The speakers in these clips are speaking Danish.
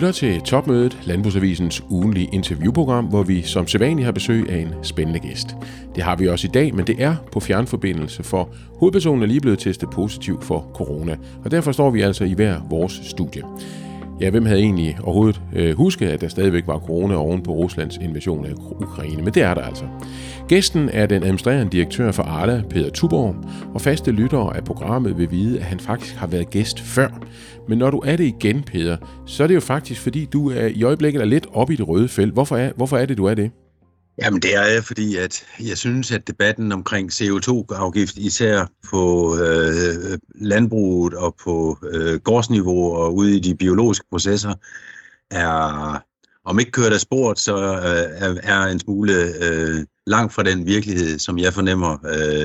lytter til Topmødet, Landbrugsavisens ugenlige interviewprogram, hvor vi som sædvanligt har besøg af en spændende gæst. Det har vi også i dag, men det er på fjernforbindelse, for hovedpersonen er lige blevet testet positiv for corona, og derfor står vi altså i hver vores studie. Ja, hvem havde egentlig overhovedet husket, at der stadigvæk var corona oven på Ruslands invasion af Ukraine, men det er der altså. Gæsten er den administrerende direktør for Arla, Peder Tuborg, og faste lyttere af programmet vil vide, at han faktisk har været gæst før. Men når du er det igen, Peder, så er det jo faktisk, fordi du er i øjeblikket er lidt oppe i det røde felt. Hvorfor er det, du er det? Jamen det er jeg, fordi at jeg synes, at debatten omkring CO2-afgift, især på landbruget og på gårdsniveau og ude i de biologiske processer, er, om ikke kørt af sporet, så er en smule langt fra den virkelighed, som jeg fornemmer,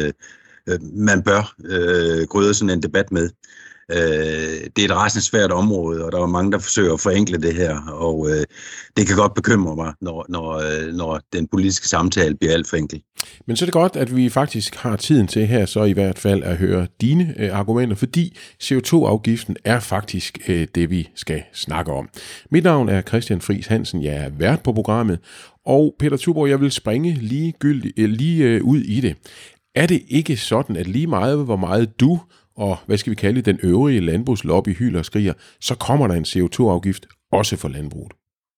man bør krydre sådan en debat med. Det er et rasende svært område, og der er mange, der forsøger at forenkle det her, og det kan godt bekymre mig, når den politiske samtale bliver alt for enkel. Men så er det godt, at vi faktisk har tiden til her, så i hvert fald at høre dine argumenter, fordi CO2-afgiften er faktisk det, vi skal snakke om. Mit navn er Christian Friis Hansen, jeg er vært på programmet, og Peder Tuborg, jeg vil springe lige ud i det. Er det ikke sådan, at lige meget, hvor meget du og hvad skal vi kalde den øvrige landbrugslobby hyler og skriger, så kommer der en CO2-afgift også for landbruget?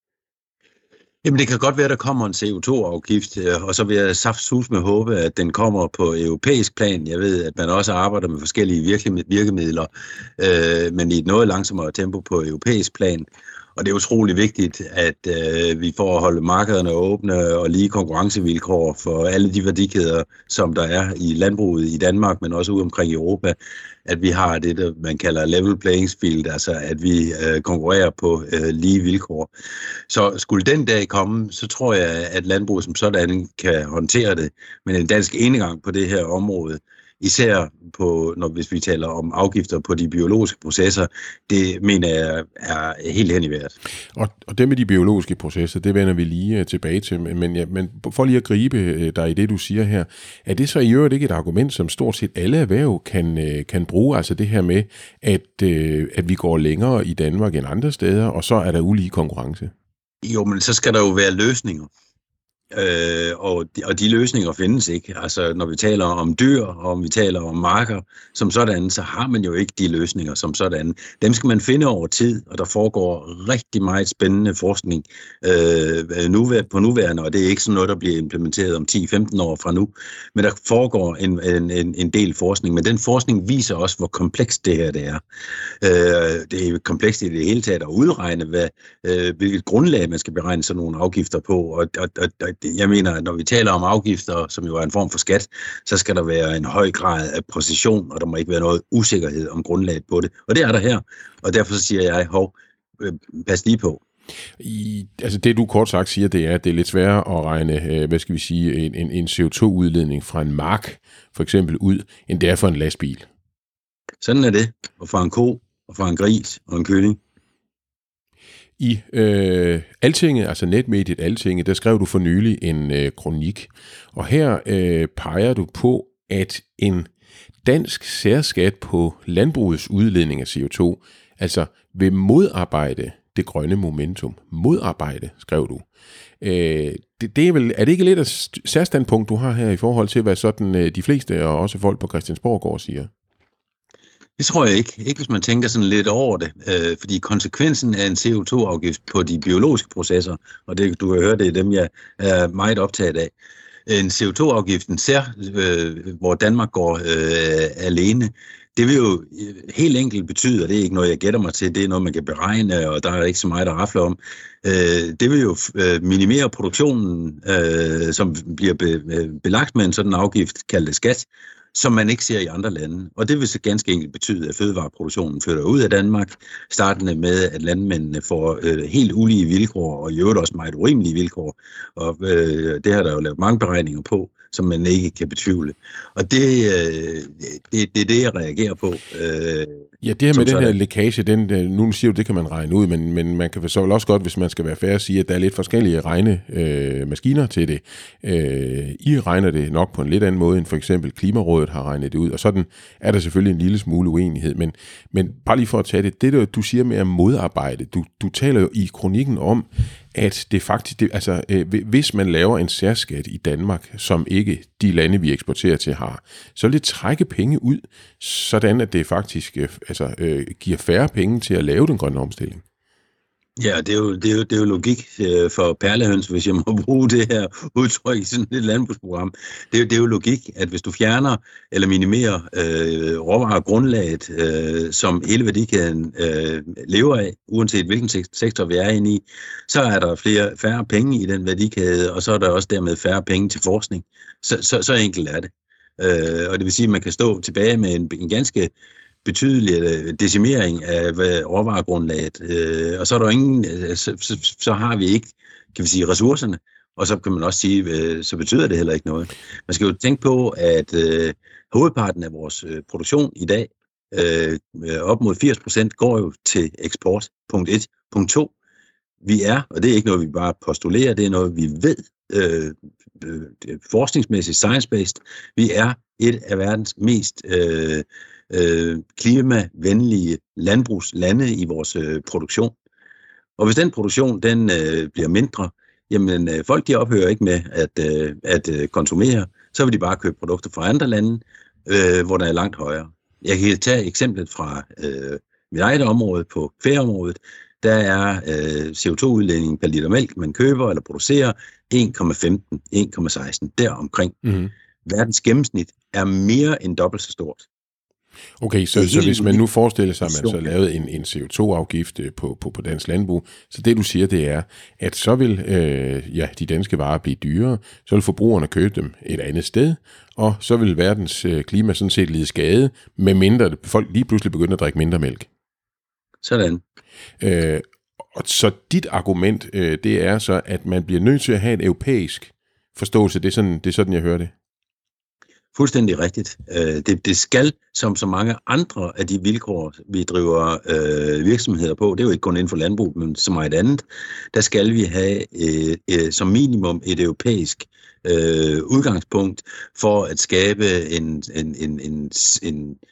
Jamen det kan godt være, at der kommer en CO2-afgift, og så vil jeg saftsus med håbe, at den kommer på europæisk plan. Jeg ved, at man også arbejder med forskellige virkemidler, men i et noget langsommere tempo på europæisk plan. Og det er utrolig vigtigt, at vi får at holde markederne åbne og lige konkurrencevilkår for alle de værdikæder, som der er i landbruget i Danmark, men også ude omkring i Europa, at vi har det, man kalder level playing field, altså at vi konkurrerer på lige vilkår. Så skulle den dag komme, så tror jeg, at landbruget som sådan kan håndtere det, men en dansk enegang på det her område, især hvis vi taler om afgifter på de biologiske processer, det mener jeg er helt hen i vejret. Og det med de biologiske processer, det vender vi lige tilbage til, men for lige at gribe dig i det, du siger her, er det så i øvrigt ikke et argument, som stort set alle erhverv kan bruge, altså det her med, at vi går længere i Danmark end andre steder, og så er der ulige konkurrence? Jo, men så skal der jo være løsninger. Og de løsninger findes ikke. Altså når vi taler om dyr, og om vi taler om marker som sådan, så har man jo ikke de løsninger som sådan. Dem skal man finde over tid, og der foregår rigtig meget spændende forskning på nuværende, og det er ikke sådan noget, der bliver implementeret om 10-15 år fra nu, men der foregår en del forskning, men den forskning viser også, hvor komplekst det her det er. Det er komplekst i det hele taget at udregne, hvilket grundlag man skal beregne sådan nogle afgifter på, og jeg mener, at når vi taler om afgifter, som jo er en form for skat, så skal der være en høj grad af præcision, og der må ikke være noget usikkerhed om grundlaget på det. Og det er der her, og derfor siger jeg, pas lige på. Altså det du kort sagt siger, det er, at det er lidt sværere at regne, en CO2-udledning fra en mark, for eksempel ud, end det er for en lastbil. Sådan er det, og fra en ko, og fra en gris, og en kylling. I Altinget, altså netmediet Altinget, der skrev du for nylig en kronik, og her peger du på, at en dansk særskat på landbrugets udledning af CO2, altså vil modarbejde det grønne momentum. Modarbejde, skrev du. Er det ikke lidt af særstandpunkt, du har her i forhold til, hvad sådan de fleste og også folk på Christiansborg går og siger? Det tror jeg ikke. Ikke hvis man tænker sådan lidt over det. Fordi konsekvensen af en CO2-afgift på de biologiske processer, og det, du kan høre, det er dem, jeg er meget optaget af. En CO2-afgift, hvor Danmark går alene, det vil jo helt enkelt betyde, og det er ikke noget, jeg gætter mig til, det er noget, man kan beregne, og der er ikke så meget at rafle om. Det vil jo minimere produktionen, som bliver belagt med en sådan afgift, kaldet skat, som man ikke ser i andre lande. Og det vil så ganske enkelt betyde, at fødevareproduktionen flytter ud af Danmark, startende med, at landmændene får helt ulige vilkår, og i øvrigt også meget urimelige vilkår. Og det har der jo lavet mange beregninger på, som man ikke kan betvivle. Og det er det, jeg reagerer på. Ja, det her med den her lækage, nu siger du, det kan man regne ud, men man kan så vel også godt, hvis man skal være fair, sige, at der er lidt forskellige regnemaskiner til det. I regner det nok på en lidt anden måde, end for eksempel Klimarådet har regnet det ud, og sådan er der selvfølgelig en lille smule uenighed. Men bare lige for at tage det du siger med at modarbejde, du taler jo i kronikken om, at det faktisk, hvis man laver en særskat i Danmark, som ikke de lande, vi eksporterer til, har, så vil det trække penge ud, sådan at det faktisk giver færre penge til at lave den grønne omstilling. Ja, det er jo logik for perlehøns, hvis jeg må bruge det her udtryk i sådan et landbrugsprogram. Det er jo logik, at hvis du fjerner eller minimerer råvaregrundlaget, som hele værdikæden lever af, uanset hvilken sektor vi er inde i, så er der færre penge i den værdikæde, og så er der også dermed færre penge til forskning. Så enkelt er det. Og det vil sige, at man kan stå tilbage med en ganske betydelig decimering af råvaregrundlaget, og så er der ingen, så har vi ikke, kan vi sige, ressourcerne, og så kan man også sige, så betyder det heller ikke noget. Man skal jo tænke på, at hovedparten af vores produktion i dag, op mod 80%, går jo til eksport, punkt 1. Punkt 2, vi er, og det er ikke noget, vi bare postulerer, det er noget, vi ved, forskningsmæssigt, science-based, vi er et af verdens mest klimavenlige landbrugslande i vores produktion. Og hvis den produktion den bliver mindre, jamen folk de ophører ikke med at konsumere, så vil de bare købe produkter fra andre lande, hvor der er langt højere. Jeg kan tage eksemplet fra mit eget område på færgeområdet. Der er CO2-udledningen per liter mælk, man køber eller producerer 1,15, 1,16 deromkring. Mm-hmm. Verdens gennemsnit er mere end dobbelt så stort. Okay, så hvis man nu forestiller sig, at man så lavede en CO2-afgift på dansk landbrug, så det du siger, det er, at så vil de danske varer blive dyrere, så vil forbrugerne købe dem et andet sted, og så vil verdens klima sådan set lide skade, medmindre folk lige pludselig begynder at drikke mindre mælk. Sådan. Og så dit argument, det er så, at man bliver nødt til at have en europæisk forståelse. Det er sådan, jeg hører det. Fuldstændig rigtigt. Det skal, som så mange andre af de vilkår, vi driver virksomheder på, det er jo ikke kun inden for landbrug, men så meget andet, der skal vi have som minimum et europæisk udgangspunkt for at skabe en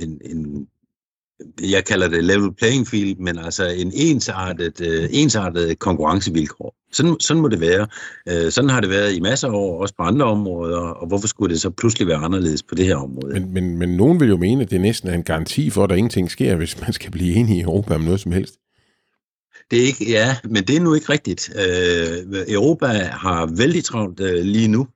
jeg kalder det level playing field, men altså en ensartet konkurrencevilkår. Sådan må det være. Sådan har det været i masser af år, også på andre områder, og hvorfor skulle det så pludselig være anderledes på det her område? Men nogen vil jo mene, at det næsten er en garanti for, at der ingenting sker, hvis man skal blive enige i Europa om noget som helst. Det er ikke, ja, men det er nu ikke rigtigt. Europa har vældig travlt lige nu.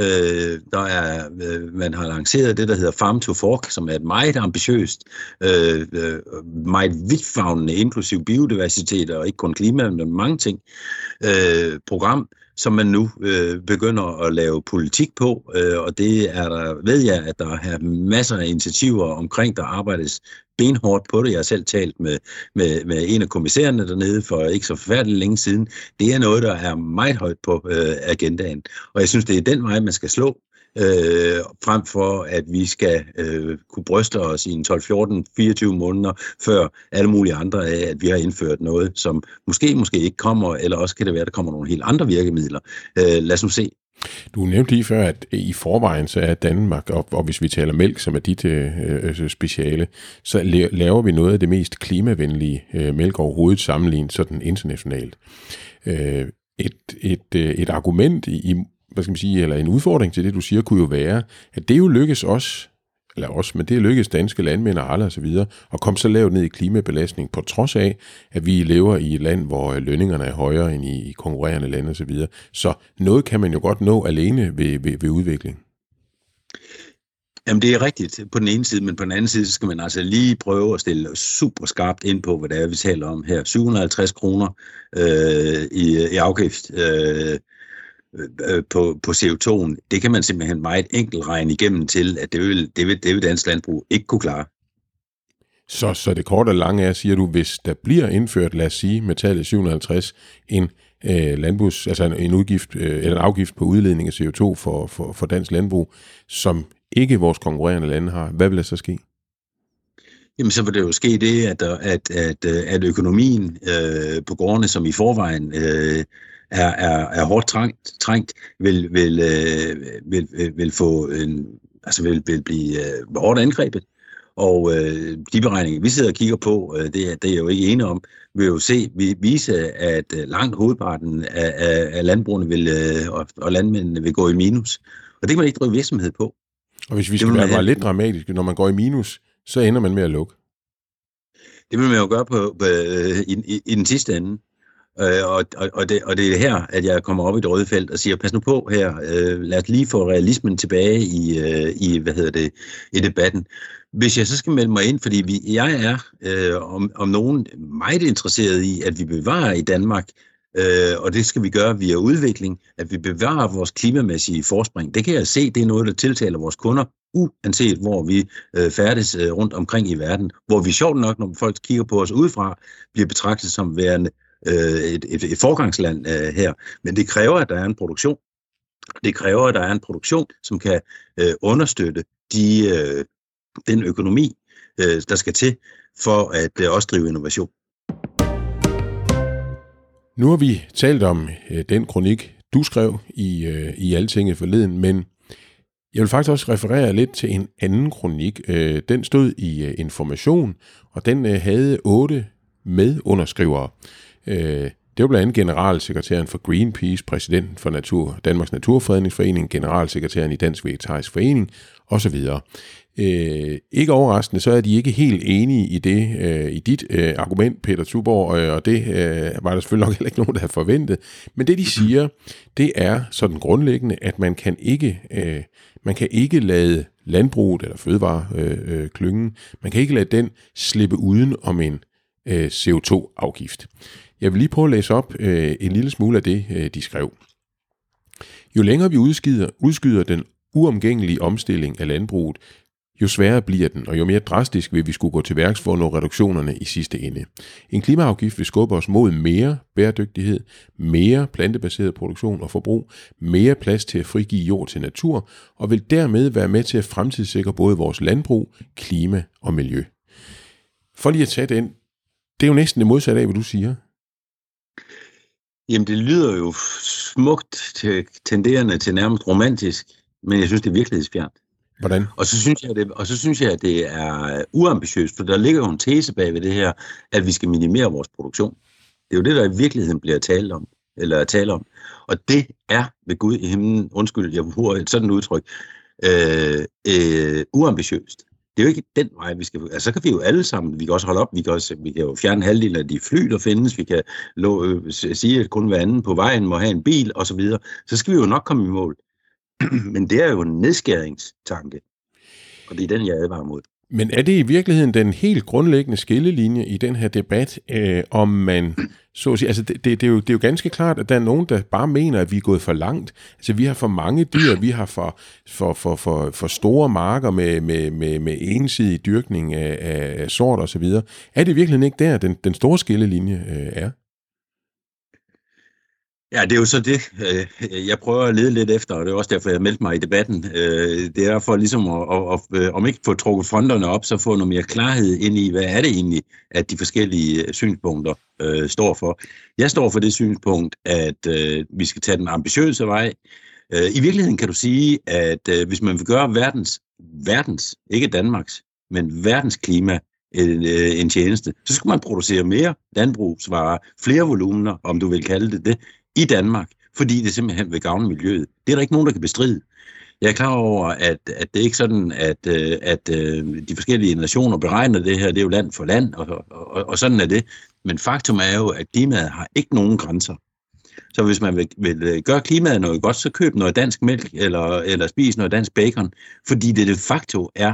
Man har lanceret det, der hedder Farm to Fork, som er et meget ambitiøst, meget vidtfavnende, inklusiv biodiversitet og ikke kun klima, men mange ting, program, som man nu begynder at lave politik på, og det er der, ved jeg, at der er masser af initiativer omkring, der arbejdes benhårdt på det. Jeg har selv talt med en af kommissærerne dernede for ikke så forfærdeligt længe siden. Det er noget, der er meget højt på agendaen, og jeg synes, det er den vej, man skal slå, frem for at vi skal kunne bryste os i en 12, 14, 24 måneder før alle mulige andre af, at vi har indført noget, som måske ikke kommer, eller også kan det være, at der kommer nogle helt andre virkemidler. Lad os nu se. Du nævnte lige før, at i forvejen så er Danmark, og hvis vi taler mælk, som er dit speciale, så laver vi noget af det mest klimavenlige mælk overhovedet sammenlignet sådan internationalt. Et argument i hvad skal man sige, eller en udfordring til det, du siger, kunne jo være, at det jo lykkes men det lykkes danske landmænd og alle og så videre, og komme så lavt ned i klimabelastning, på trods af, at vi lever i et land, hvor lønningerne er højere end i konkurrerende lande og så videre. Så noget kan man jo godt nå alene ved udvikling. Jamen det er rigtigt på den ene side, men på den anden side, så skal man altså lige prøve at stille super skarpt ind på, hvad det er, vi taler om her. 750 kroner i afgift på CO2'en, det kan man simpelthen meget enkelt regne igennem til, at det vil dansk landbrug ikke kunne klare. Så det korte og lange er, siger du, hvis der bliver indført, lad os sige, med tallet 750, en en udgift eller en afgift på udledning af CO2 for dansk landbrug, som ikke vores konkurrerende lande har, hvad vil der så ske? Jamen, så vil det jo ske det, at økonomien på gårdene, som i forvejen er hårdt trængt, vil få vil blive hårdt angrebet. Og de beregninger, vi sidder og kigger på, det er jo ikke enige om, vil vise, at langt hovedparten af landbrugene og landmændene vil gå i minus. Og det kan man ikke drive virksomhed på. Og hvis vi skal være bare lidt dramatiske, når man går i minus, så ender man med at lukke. Det vil man jo gøre i den sidste ende. Og det er her, at jeg kommer op i det røde felt og siger, pas nu på her, lad os lige få realismen tilbage i debatten. Hvis jeg så skal melde mig ind, fordi jeg er om nogen meget interesseret i, at vi bevarer i Danmark, og det skal vi gøre via udvikling, at vi bevarer vores klimamæssige forspring. Det kan jeg se, det er noget, der tiltaler vores kunder, uanset hvor vi færdes rundt omkring i verden, hvor vi sjovt nok, når folk kigger på os udefra, bliver betragtet som værende et forgangsland her. Men det kræver, at der er en produktion. Det kræver, at der er en produktion, som kan understøtte den økonomi, der skal til for at også drive innovation. Nu har vi talt om den kronik, du skrev i Altinget forleden, men jeg vil faktisk også referere lidt til en anden kronik. Den stod i Information, og den havde 8 medunderskrivere. Det var blandt andet generalsekretæren for Greenpeace, præsidenten for Danmarks Naturfredningsforening, generalsekretæren i Dansk Vegetarisk Forening osv. Ikke overraskende, så er de ikke helt enige i dit argument, Peter Tuborg, og det var der selvfølgelig nok heller ikke nogen, der havde forventet. Men det, de siger, det er sådan grundlæggende, at man kan ikke lade landbruget eller fødevareklyngen, man kan ikke lade den slippe uden om en CO2-afgift. Jeg vil lige prøve at læse op en lille smule af det, de skrev. Jo længere vi udskyder den uomgængelige omstilling af landbruget, jo sværere bliver den, og jo mere drastisk vil vi skulle gå til værks for at nå reduktionerne i sidste ende. En klimaafgift vil skubbe os mod mere bæredygtighed, mere plantebaseret produktion og forbrug, mere plads til at frigive jord til natur, og vil dermed være med til at fremtidssikre både vores landbrug, klima og miljø. For lige at tage den, det er jo næsten det modsatte af, hvad du siger. Jamen, det lyder jo smukt, tenderende til nærmest romantisk, men jeg synes, det er virkelighedsfjernt. Hvordan? Og så synes jeg, at det er uambitiøst, for der ligger jo en tese bag ved det her, at vi skal minimere vores produktion. Det er jo det, der i virkeligheden bliver tale om. Og det er ved Gud i himlen, undskyld, jeg bruger et sådan udtryk, uambitiøst. Det er jo ikke den vej, vi skal. Altså, så kan vi jo alle sammen, vi kan også holde op, vi kan jo fjerne halvdelen af de fly, der findes, vi kan sige, at kun hver anden på vejen må have en bil, og så videre. Så skal vi jo nok komme i mål. Men det er jo en nedskæringstanke, og det er den, jeg advarer mod. Men er det i virkeligheden den helt grundlæggende skillelinje i den her debat, om man, så at sige, altså det er jo ganske klart, at der er nogen, der bare mener, at vi er gået for langt. Altså vi har for mange dyr, vi har for store marker med ensidig dyrkning af sort og så videre. Er det i virkeligheden ikke der, den store skillelinje er? Ja, det er jo så det, jeg prøver at lede lidt efter, og det er også derfor, jeg meldte mig i debatten. Det er for ligesom om ikke få trukket fronterne op, så få noget mere klarhed ind i, hvad er det egentlig, at de forskellige synspunkter står for. Jeg står for det synspunkt, at vi skal tage den ambitiøse vej. I virkeligheden kan du sige, at hvis man vil gøre verdens, ikke Danmarks, men verdens klima en tjeneste, så skal man producere mere landbrugsvarer, flere volumener, om du vil kalde det, i Danmark, fordi det simpelthen vil gavne miljøet. Det er der ikke nogen, der kan bestride. Jeg er klar over, at det er ikke sådan, at de forskellige nationer beregner det her, det er jo land for land, og sådan er det. Men faktum er jo, at klimaet har ikke nogen grænser. Så hvis man vil gøre klimaet noget godt, så køb noget dansk mælk, eller spis noget dansk bacon, fordi det de facto er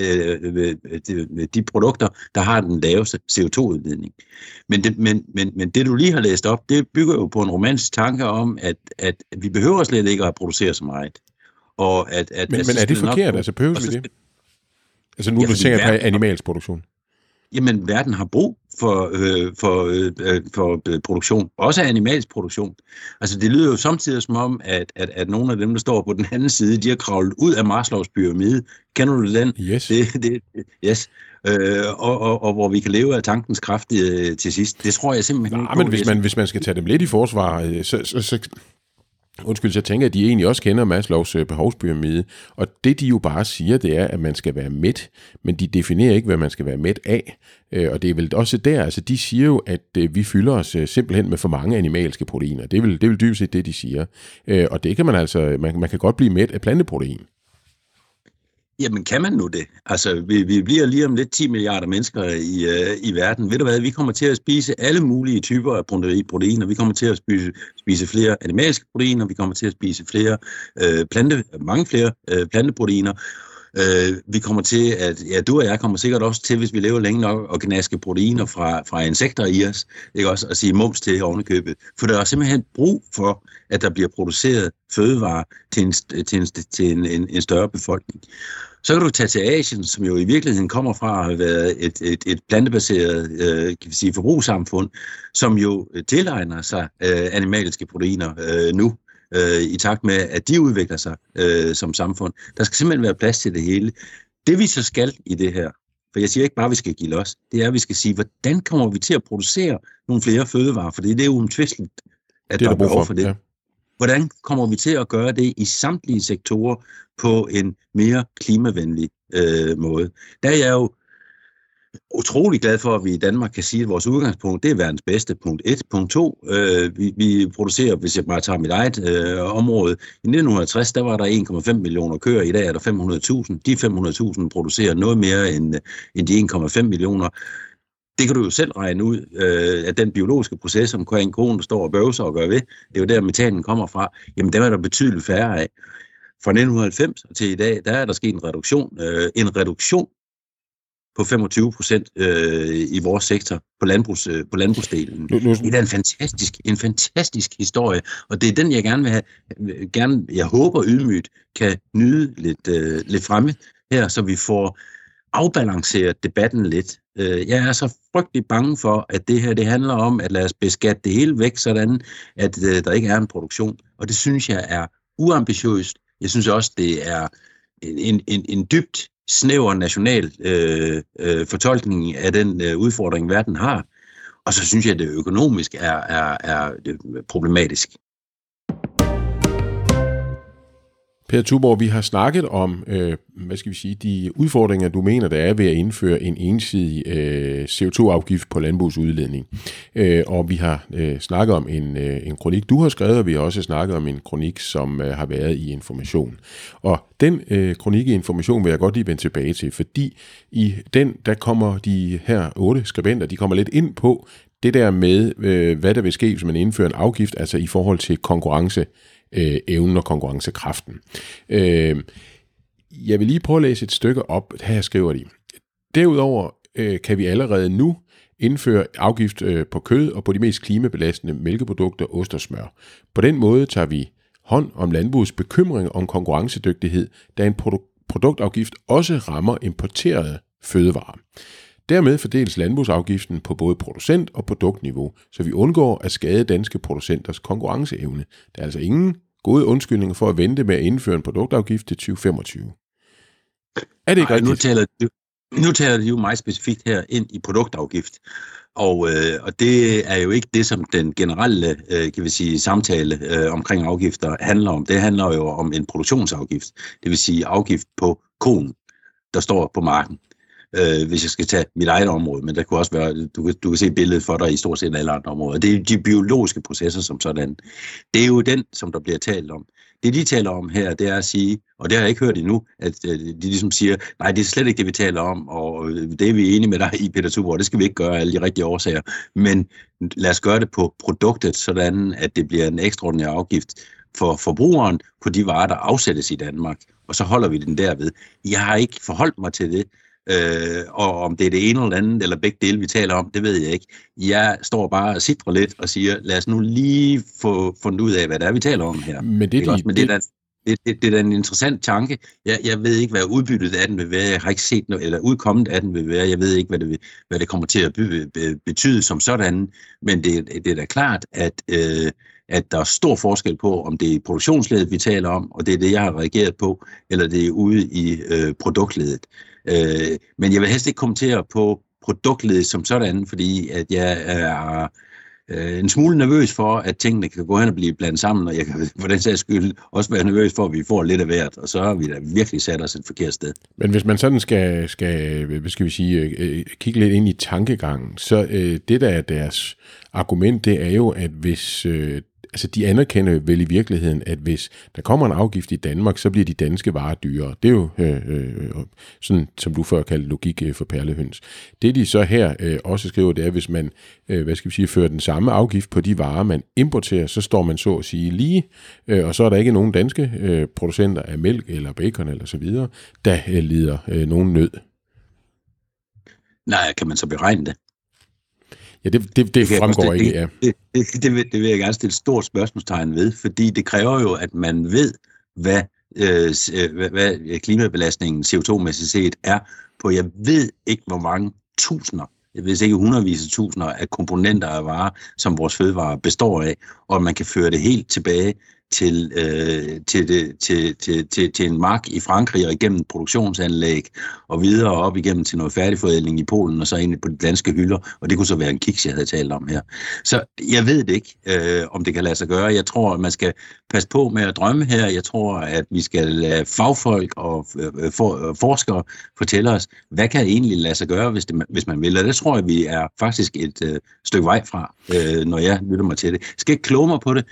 de produkter, der har den laveste CO2-udledning. Men det, du lige har læst op, det bygger jo på en romantisk tanke om, at vi behøver slet ikke at producere så meget. Og men er det forkert? Altså behøver vi det? Altså nu du tænker på animalsk produktion. Jamen, verden har brug for produktion, også animalsk produktion. Altså, det lyder jo samtidig som om, at nogle af dem, der står på den anden side, de har kravlet ud af Maslows pyramide. Kender du den? Yes. Yes. Og hvor vi kan leve af tankens kraft til sidst. Det tror jeg simpelthen ikke. Men hvis man skal tage dem lidt i forsvar, så tænker jeg, at de egentlig også kender Maslows behovspyramide, og det de jo bare siger, det er, at man skal være mæt, men de definerer ikke, hvad man skal være mæt af, og det er vel også der, altså de siger jo, at vi fylder os simpelthen med for mange animalske proteiner, det er vel dybest set det, de siger, og det kan man altså, man kan godt blive mæt af planteprotein. Jamen, kan man nu det? Altså, vi bliver lige om lidt 10 milliarder mennesker i verden. Ved du hvad, vi kommer til at spise alle mulige typer af proteiner. Vi kommer til at spise flere animalske proteiner, vi kommer til at spise mange flere planteproteiner. Vi kommer til du og jeg kommer sikkert også til, hvis vi lever længe nok, at gnaske proteiner fra insekter i os, ikke også, at sige mums til ovenikøbet. For der er simpelthen brug for, at der bliver produceret fødevarer til en større befolkning. Så kan du tage til Asien, som jo i virkeligheden kommer fra at have været et plantebaseret kan vi sige, forbrugssamfund, som jo tilegner sig animalske proteiner nu, i takt med, at de udvikler sig som samfund. Der skal simpelthen være plads til det hele. Det vi så skal i det her, for jeg siger ikke bare, at vi skal give los, det er, at vi skal sige, hvordan kommer vi til at producere nogle flere fødevarer, for det er jo umtvisteligt, at der er behov for det. Ja. Hvordan kommer vi til at gøre det i samtlige sektorer på en mere klimavenlig måde? Der er jeg jo utrolig glad for, at vi i Danmark kan sige, at vores udgangspunkt, det er verdens bedste. Punkt 1. Punkt 2. Vi producerer, hvis jeg bare tager mit eget område, i 1960, der var der 1,5 millioner køer, i dag er der 500.000. De 500.000 producerer noget mere end de 1,5 millioner. Det kan du jo selv regne ud, at den biologiske proces, som en kone, der står og bøvser og gør ved, det er jo der, metanen kommer fra, jamen dem er der betydeligt færre af. Fra 1990 til i dag, der er der sket en reduktion på 25% i vores sektor på landbrugsdelen. Det er en fantastisk historie, og det er den, jeg gerne vil have, jeg håber ydmygt, kan nyde lidt fremme her, så vi får afbalanceret debatten lidt. Jeg er så frygtelig bange for, at det her, det handler om, at lade os beskatte det hele væk, sådan at der ikke er en produktion. Og det synes jeg er uambitiøst. Jeg synes også, det er en dybt snæver national fortolkning af den udfordring, verden har. Og så synes jeg, at det økonomisk er problematisk. Per Tuborg, vi har snakket om, de udfordringer, du mener, der er ved at indføre en ensidig CO2-afgift på landbrugsudledning. Og vi har snakket om en kronik, du har skrevet, og vi har også snakket om en kronik, som har været i Information. Og den kronik i Information vil jeg godt lige vende tilbage til, fordi i den, der kommer de her 8 skribenter, de kommer lidt ind på det der med, hvad der vil ske, hvis man indfører en afgift, altså i forhold til evnen og konkurrencekraften. Jeg vil lige prøve at læse et stykke op. Her skriver de: Derudover kan vi allerede nu indføre afgift på kød og på de mest klimabelastende mælkeprodukter, ost og smør. På den måde tager vi hånd om landbrugets bekymring om konkurrencedygtighed, da en produktafgift også rammer importerede fødevarer. Dermed fordeles landbrugsafgiften på både producent- og produktniveau, så vi undgår at skade danske producenters konkurrenceevne. Der er altså ingen gode undskyldninger for at vente med at indføre en produktafgift til 2025. Er det ikke rigtigt? Nu taler de jo meget specifikt her ind i produktafgift. Og det er jo ikke det, som den generelle samtale omkring afgifter handler om. Det handler jo om en produktionsafgift, det vil sige afgift på koen, der står på marken. Hvis jeg skal tage mit eget område, men der kunne også være, du kan se billedet for dig i stort set alle andre områder. Det er de biologiske processer som sådan. Det er jo den, som der bliver talt om. Det de taler om her, det er at sige, og det har jeg ikke hørt endnu, at de ligesom siger, nej, det er slet ikke det, vi taler om, og det er vi enige med dig i, Peter Tuborg, det skal vi ikke gøre af alle de rigtige årsager, men lad os gøre det på produktet, sådan at det bliver en ekstraordinær afgift for forbrugeren på de varer, der afsættes i Danmark, og så holder vi den derved. Jeg har ikke forholdt mig til det, og om det er det ene eller andet, eller begge dele, vi taler om, det ved jeg ikke. Jeg står bare og sidder lidt og siger, lad os nu lige få fundet ud af, hvad det er, vi taler om her. Men det er da en interessant tanke. Jeg ved ikke, hvad udbyttet af den vil være. Jeg har ikke set noget, eller udkommet af den vil være. Jeg ved ikke, hvad det kommer til at betyde som sådan. Men det er da klart, at der er stor forskel på, om det er produktionsledet, vi taler om, og det er det, jeg har reageret på, eller det er ude i produktledet. Men jeg vil helst ikke kommentere på produktledet som sådan, fordi at jeg er en smule nervøs for, at tingene kan gå hen og blive blandet sammen, og jeg kan for den sags skyld også være nervøs for, at vi får lidt af hvert, og så har vi da virkelig sat os et forkert sted. Men hvis man sådan skal kigge lidt ind i tankegangen, så det der er deres argument, det er jo, at hvis de anerkender vel i virkeligheden, at hvis der kommer en afgift i Danmark, så bliver de danske varer dyrere. Det er jo sådan, som du før kaldte logik for perlehøns. Det de så her også skriver, det er, hvis man fører den samme afgift på de varer, man importerer, så står man så at sige lige, og så er der ikke nogen danske producenter af mælk eller bacon eller så videre, der lider nogen nød. Nej, kan man så beregne det? Ja, det fremgår ikke, ja. Det vil jeg gerne stille et stort spørgsmålstegn ved, fordi det kræver jo, at man ved, hvad klimabelastningen CO2-mæssigt set er på. Jeg ved ikke, hvor mange tusinder, jeg ved ikke hundredvis af tusinder af komponenter af varer, som vores fødevarer består af, og man kan føre det helt tilbage til en mark i Frankrig og igennem produktionsanlæg og videre op igennem til noget færdigforædling i Polen og så ind på de danske hylder, og det kunne så være en kiks, jeg havde talt om her. Så jeg ved det ikke, om det kan lade sig gøre. Jeg tror, at man skal passe på med at drømme her. Jeg tror, at vi skal lade fagfolk og forskere fortælle os, hvad kan egentlig lade sig gøre, hvis man vil. Og det tror jeg, vi er faktisk et stykke vej fra, når jeg lytter mig til det. Jeg skal ikke kloge mig på det,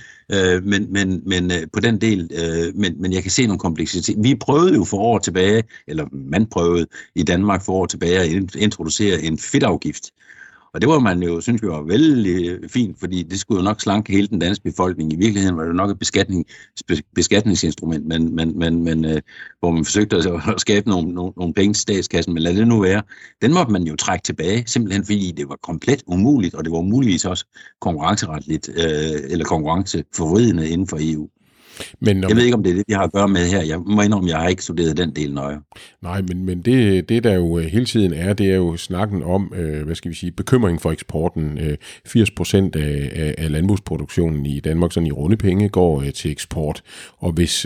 men på den del, men jeg kan se nogle kompleksiteter. Vi prøvede jo for år tilbage, eller man prøvede i Danmark for år tilbage at introducere en fedtafgift. Og det var man jo, synes vi var vældig fint, fordi det skulle jo nok slanke hele den danske befolkning. I virkeligheden var det nok et beskatningsinstrument, men hvor man forsøgte at skabe nogle penge til statskassen, men lad det nu være. Den måtte man jo trække tilbage, simpelthen fordi det var komplet umuligt, og det var muligvis også konkurrenceretligt, eller konkurrenceforvridende inden for EU. Jeg ved ikke, om det er det, vi har at gøre med her. Jeg må indrømme, jeg har ikke studeret den del nøje. Nej, men det der jo hele tiden er, det er jo snakken om, bekymring for eksporten. 80% af landbrugsproduktionen i Danmark, sådan i runde penge, går til eksport. Og hvis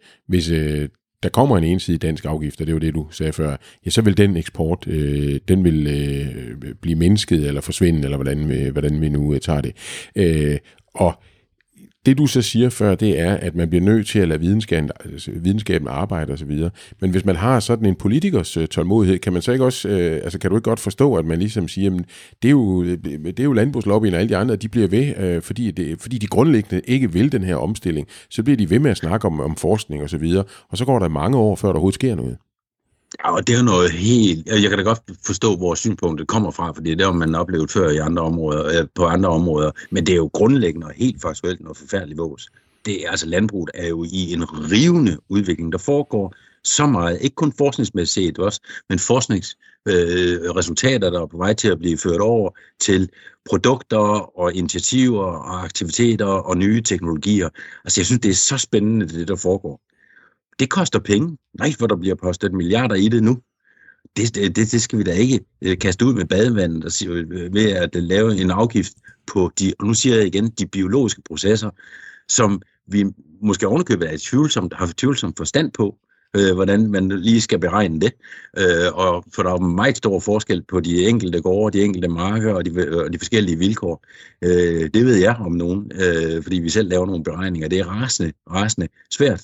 der kommer en ensidig dansk afgift, og det er jo det, du sagde før, ja, så vil den eksport, den vil blive mindsket eller forsvinde, eller hvordan vi nu tager det. Og det du så siger før, det er, at man bliver nødt til at lade videnskaben arbejde osv. Men hvis man har sådan en politikers tålmodighed, kan man så ikke også, kan du ikke godt forstå, at man ligesom siger, at det er jo landbrugslobbyen og alle de andre, de bliver ved, fordi de grundlæggende ikke vil den her omstilling, så bliver de ved med at snakke om forskning osv., og så går der mange år, før der overhovedet sker noget. Ja, og det er jo noget helt... Jeg kan da godt forstå, hvor synspunktet kommer fra, for det er der, man har oplevet før i andre områder, på andre områder. Men det er jo grundlæggende og helt faktuelt noget forfærdeligt vås. Det er, landbruget er jo i en rivende udvikling, der foregår så meget. Ikke kun forskningsmæssigt også, men forskningsresultater, der er på vej til at blive ført over til produkter og initiativer og aktiviteter og nye teknologier. Jeg synes, det er så spændende, det der foregår. Det koster penge. Nej, hvor der bliver postet milliarder i det nu. Det skal vi da ikke kaste ud med badevandet ved at lave en afgift på og nu siger jeg igen, de biologiske processer, som vi måske ovenikøbet har tvivlsomt forstand på, hvordan man lige skal beregne det. Og for der er meget stor forskel på de enkelte gårde, de enkelte marker og de forskellige vilkår. Det ved jeg om nogen, fordi vi selv laver nogle beregninger. Det er rasende svært.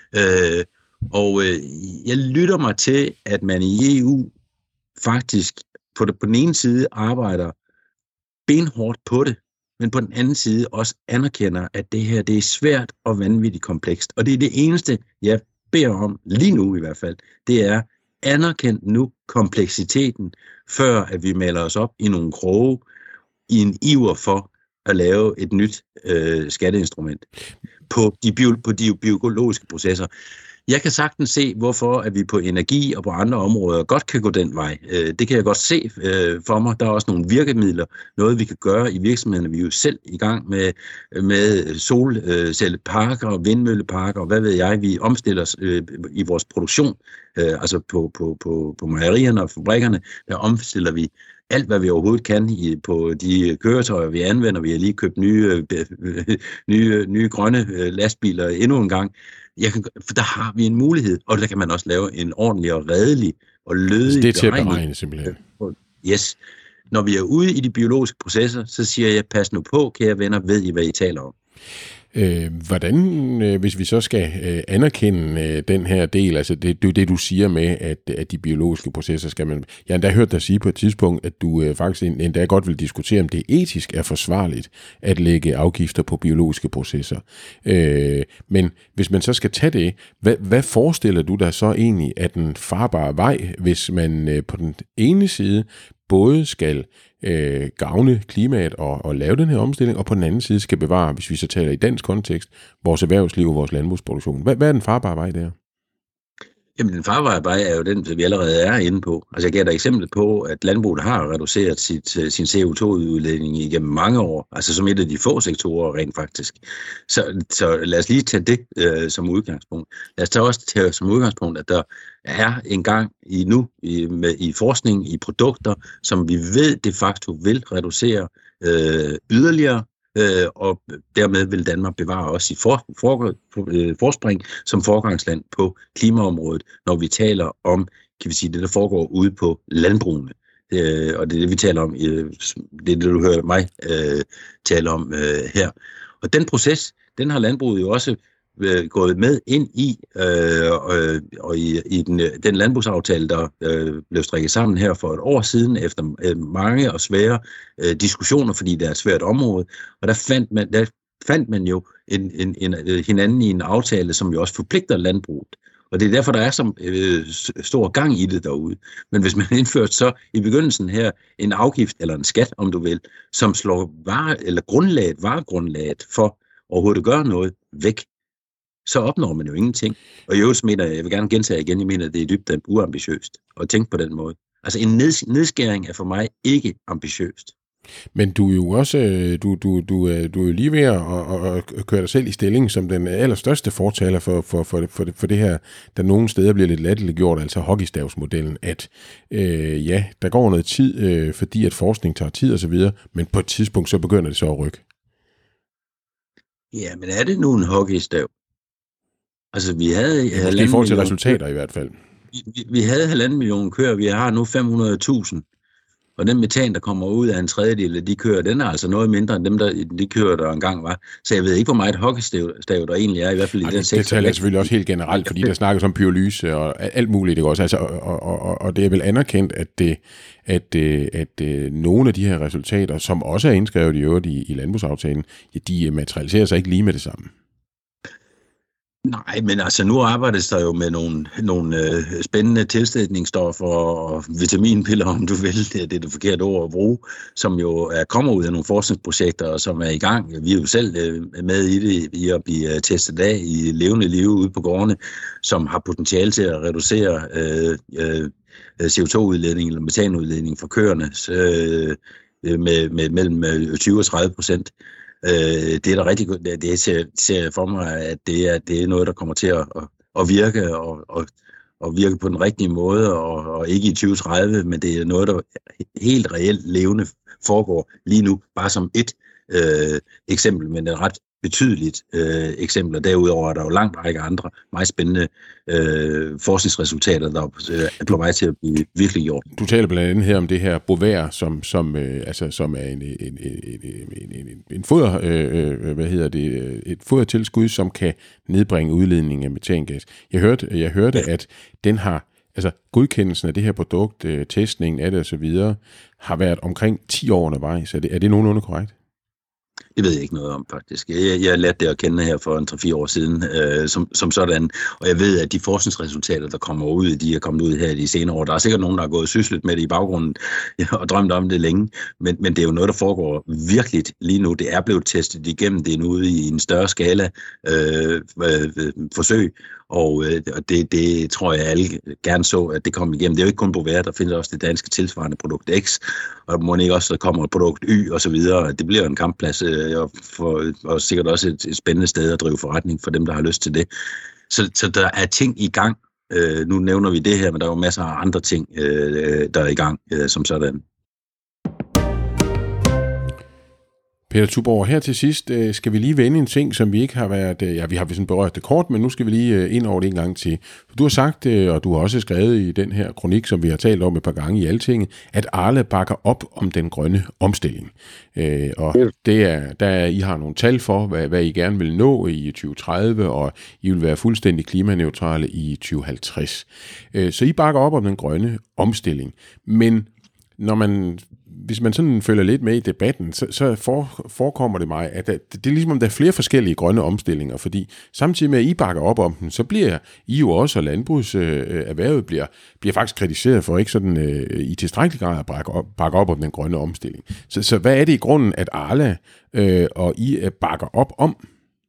Jeg lytter mig til, at man i EU faktisk på den ene side arbejder benhårdt på det, men på den anden side også anerkender, at det her det er svært og vanvittigt komplekst. Og det er det eneste, jeg beder om, lige nu i hvert fald, det er anerkend nu kompleksiteten, før at vi maler os op i nogle kroge, i en iver for at lave et nyt skatteinstrument på de biologiske processer. Jeg kan sagtens se, hvorfor at vi på energi og på andre områder godt kan gå den vej. Det kan jeg godt se for mig. Der er også nogle virkemidler, noget vi kan gøre i virksomhederne. Vi er jo selv i gang med solcelleparker og vindmølleparker, og hvad ved jeg, vi omstiller os i vores produktion, altså på mejerierne og fabrikkerne, der omstiller vi alt, hvad vi overhovedet kan på de køretøjer, vi anvender. Vi har lige købt nye grønne lastbiler endnu en gang. For der har vi en mulighed, og der kan man også lave en ordentlig og redelig og lødig det er til at beregne, simpelthen. Yes. Når vi er ude i de biologiske processer, så siger jeg, pas nu på, kære venner, ved I, hvad I taler om. Hvordan, hvis vi så skal anerkende den her del, altså det du siger med, at de biologiske processer skal man... Jeg har endda hørt dig sige på et tidspunkt, at du faktisk endda godt vil diskutere, om det etisk er forsvarligt at lægge afgifter på biologiske processer. Men hvis man så skal tage det, hvad forestiller du dig så egentlig af den farbare vej, hvis man på den ene side både skal gavne klimaet og lave den her omstilling, og på den anden side skal bevare, hvis vi så taler i dansk kontekst, vores erhvervsliv og vores landbrugsproduktion. Hvad er den farbare vej der? Jamen, den farbare vej er jo den, vi allerede er inde på. Altså, jeg giver dig eksempel på, at landbruget har reduceret sin CO2-udledning igennem mange år, altså som et af de få sektorer rent faktisk. Så lad os lige tage det som udgangspunkt. Lad os tage også tage som udgangspunkt, at der er en gang i forskning, i produkter, som vi ved de facto vil reducere yderligere, og dermed vil Danmark bevare os i forspring som forgangsland på klimaområdet, når vi taler om, kan vi sige, det der foregår ude på landbrugene. Og det er det, vi taler om, det er det, du hører mig tale om her. Og den proces, den har landbruget jo også gået med ind i, og i den landbrugsaftale, der blev strikket sammen her for et år siden, efter mange og svære diskussioner, fordi det er et svært område, og der fandt man jo hinanden i en aftale, som jo også forpligter landbruget. Og det er derfor, der er så stor gang i det derude. Men hvis man indførte så i begyndelsen her en afgift, eller en skat, om du vil, som slår varegrundlaget for overhovedet at gøre noget væk, så opnår man jo ingenting. Og i øvrigt mener jeg vil gerne gentage igen, jeg mener, at det er dybt ambitiøst at tænke på den måde. Altså en nedskæring er for mig ikke ambitiøst. Men du er jo også du er jo lige ved at køre dig selv i stilling som den allerstørste fortaler for det her, der nogle steder bliver lidt latterliggjort, altså hockeystavsmodellen, at der går noget tid, fordi at forskning tager tid og så videre, men på et tidspunkt så begynder det så at rykke. Ja, men er det nu en hockeystav? Altså vi havde... Måske i forhold til resultater i hvert fald. Vi havde 1,5 million køer, vi har nu 500.000. Og den metan, der kommer ud af en tredjedel af de køer, den er altså noget mindre end dem, de køer, der engang var. Så jeg ved ikke, hvor meget et hockeystav der egentlig er, i hvert fald i den sektor. Det taler jeg selvfølgelig også helt generelt, fordi der snakkes om pyrolyse og alt muligt, ikke også? Altså, og det er vel anerkendt, at nogle af de her resultater, som også er indskrevet i øvrigt i landbrugsaftalen, de materialiserer sig ikke lige med det samme. Nej, men altså nu arbejdes der jo med nogle spændende tilsætningsstoffer og vitaminpiller, om du vil, det er det forkerte ord at bruge, som jo kommer ud af nogle forskningsprojekter, og som er i gang. Vi er jo selv med i det, i at blive testet af i levende liv ude på gårdene, som har potentiale til at reducere CO2-udledning eller metanudledning fra køerne med mellem 20 og 30%. Det er da rigtig godt. Det ser jeg for mig, at det er noget, der kommer til at virke og virke på den rigtige måde, og ikke i 2030, men det er noget, der helt reelt levende foregår lige nu, bare som et eksempel, men et ret betydeligt eksempel. Derudover er der jo langt række andre meget spændende forskningsresultater, der er på vej til at blive virkelig gjort. Du taler blandt andet her om det her Bovaer, som er en foder, et fodertilskud, som kan nedbringe udledningen af metangas. Jeg hørte, at den har, altså godkendelsen af det her produkt, testningen af det osv., har været omkring 10 år undervejs. Er det nogenlunde korrekt? Det ved jeg ikke noget om, faktisk. Jeg lærte det at kende her for 3-4 år siden, som sådan. Og jeg ved, at de forskningsresultater, der kommer ud, de er kommet ud her i de senere år. Der er sikkert nogen, der har gået syslet med det i baggrunden og drømt om det længe. Men det er jo noget, der foregår virkelig lige nu. Det er blevet testet igennem. Det er nu ude i en større skala forsøg. Og det tror jeg alle gerne så, at det kom igennem. Det er jo ikke kun Bovaer, der findes også det danske tilsvarende produkt X, og må ikke også, der kommer et produkt Y og så videre. Det bliver en kampplads, og sikkert også et spændende sted at drive forretning for dem, der har lyst til det. Så der er ting i gang. Nu nævner vi det her, men der er jo masser af andre ting, der er i gang som sådan. Peter Tuborg, her til sidst skal vi lige vende en ting, som vi ikke har været... vi har sådan berørt det kort, men nu skal vi lige ind over det en gang til. For du har sagt, og du har også skrevet i den her kronik, som vi har talt om et par gange i Altinget, at Arla bakker op om den grønne omstilling. Og I har nogle tal for, hvad I gerne vil nå i 2030, og I vil være fuldstændig klimaneutrale i 2050. Så I bakker op om den grønne omstilling. Men hvis man sådan følger lidt med i debatten, så forekommer det mig, at det er ligesom, om der er flere forskellige grønne omstillinger, fordi samtidig med, at I bakker op om den, så bliver I jo også, og landbrugserhvervet bliver faktisk kritiseret for ikke sådan i tilstrækkelig grad at bakke op om den grønne omstilling. Så hvad er det i grunden, at Arla og I bakker op om?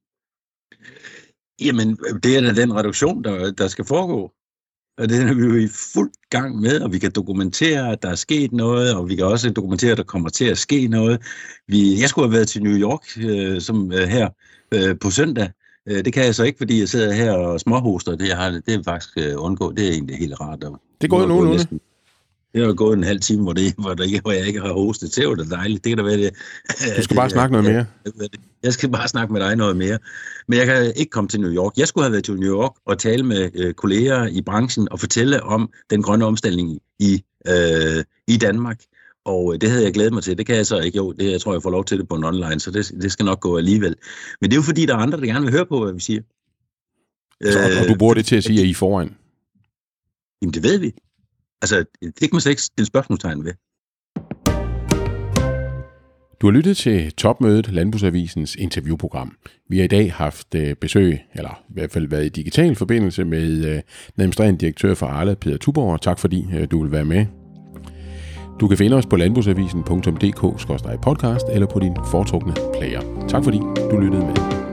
Jamen, det er da den reduktion, der skal foregå. Og det er vi jo i fuld gang med, og vi kan dokumentere, at der er sket noget, og vi kan også dokumentere, at der kommer til at ske noget. Jeg skulle have været til New York her på søndag. Det kan jeg så ikke, fordi jeg sidder her og småhoster. Det er faktisk undgå. Det er egentlig helt rart. Det går jo nogenlunde. Det har gået en halv time, hvor jeg ikke har hostet. Det er jo da dejligt. Det kan da være det. Du skal bare snakke noget mere. Jeg skal bare snakke med dig noget mere. Men jeg kan ikke komme til New York. Jeg skulle have været til New York og tale med kolleger i branchen og fortælle om den grønne omstilling i Danmark. Og det havde jeg glædet mig til. Det kan jeg så ikke. Jo, jeg tror, jeg får lov til det på en online, så det skal nok gå alligevel. Men det er jo fordi, der er andre, der gerne vil høre på, hvad vi siger. Og du bruger det til at sige, at I er foran? Jamen, det ved vi. Altså, det kan man slet ikke stille spørgsmålstegn ved. Du har lyttet til Topmødet, Landbrugsavisens interviewprogram. Vi har i dag haft besøg, eller i hvert fald været i digital forbindelse med administrerende direktør for Arla, Peter Tuborg. Tak fordi du vil være med. Du kan finde os på landbrugsavisen.dk/podcast eller på din foretrukne player. Tak fordi du lyttede med.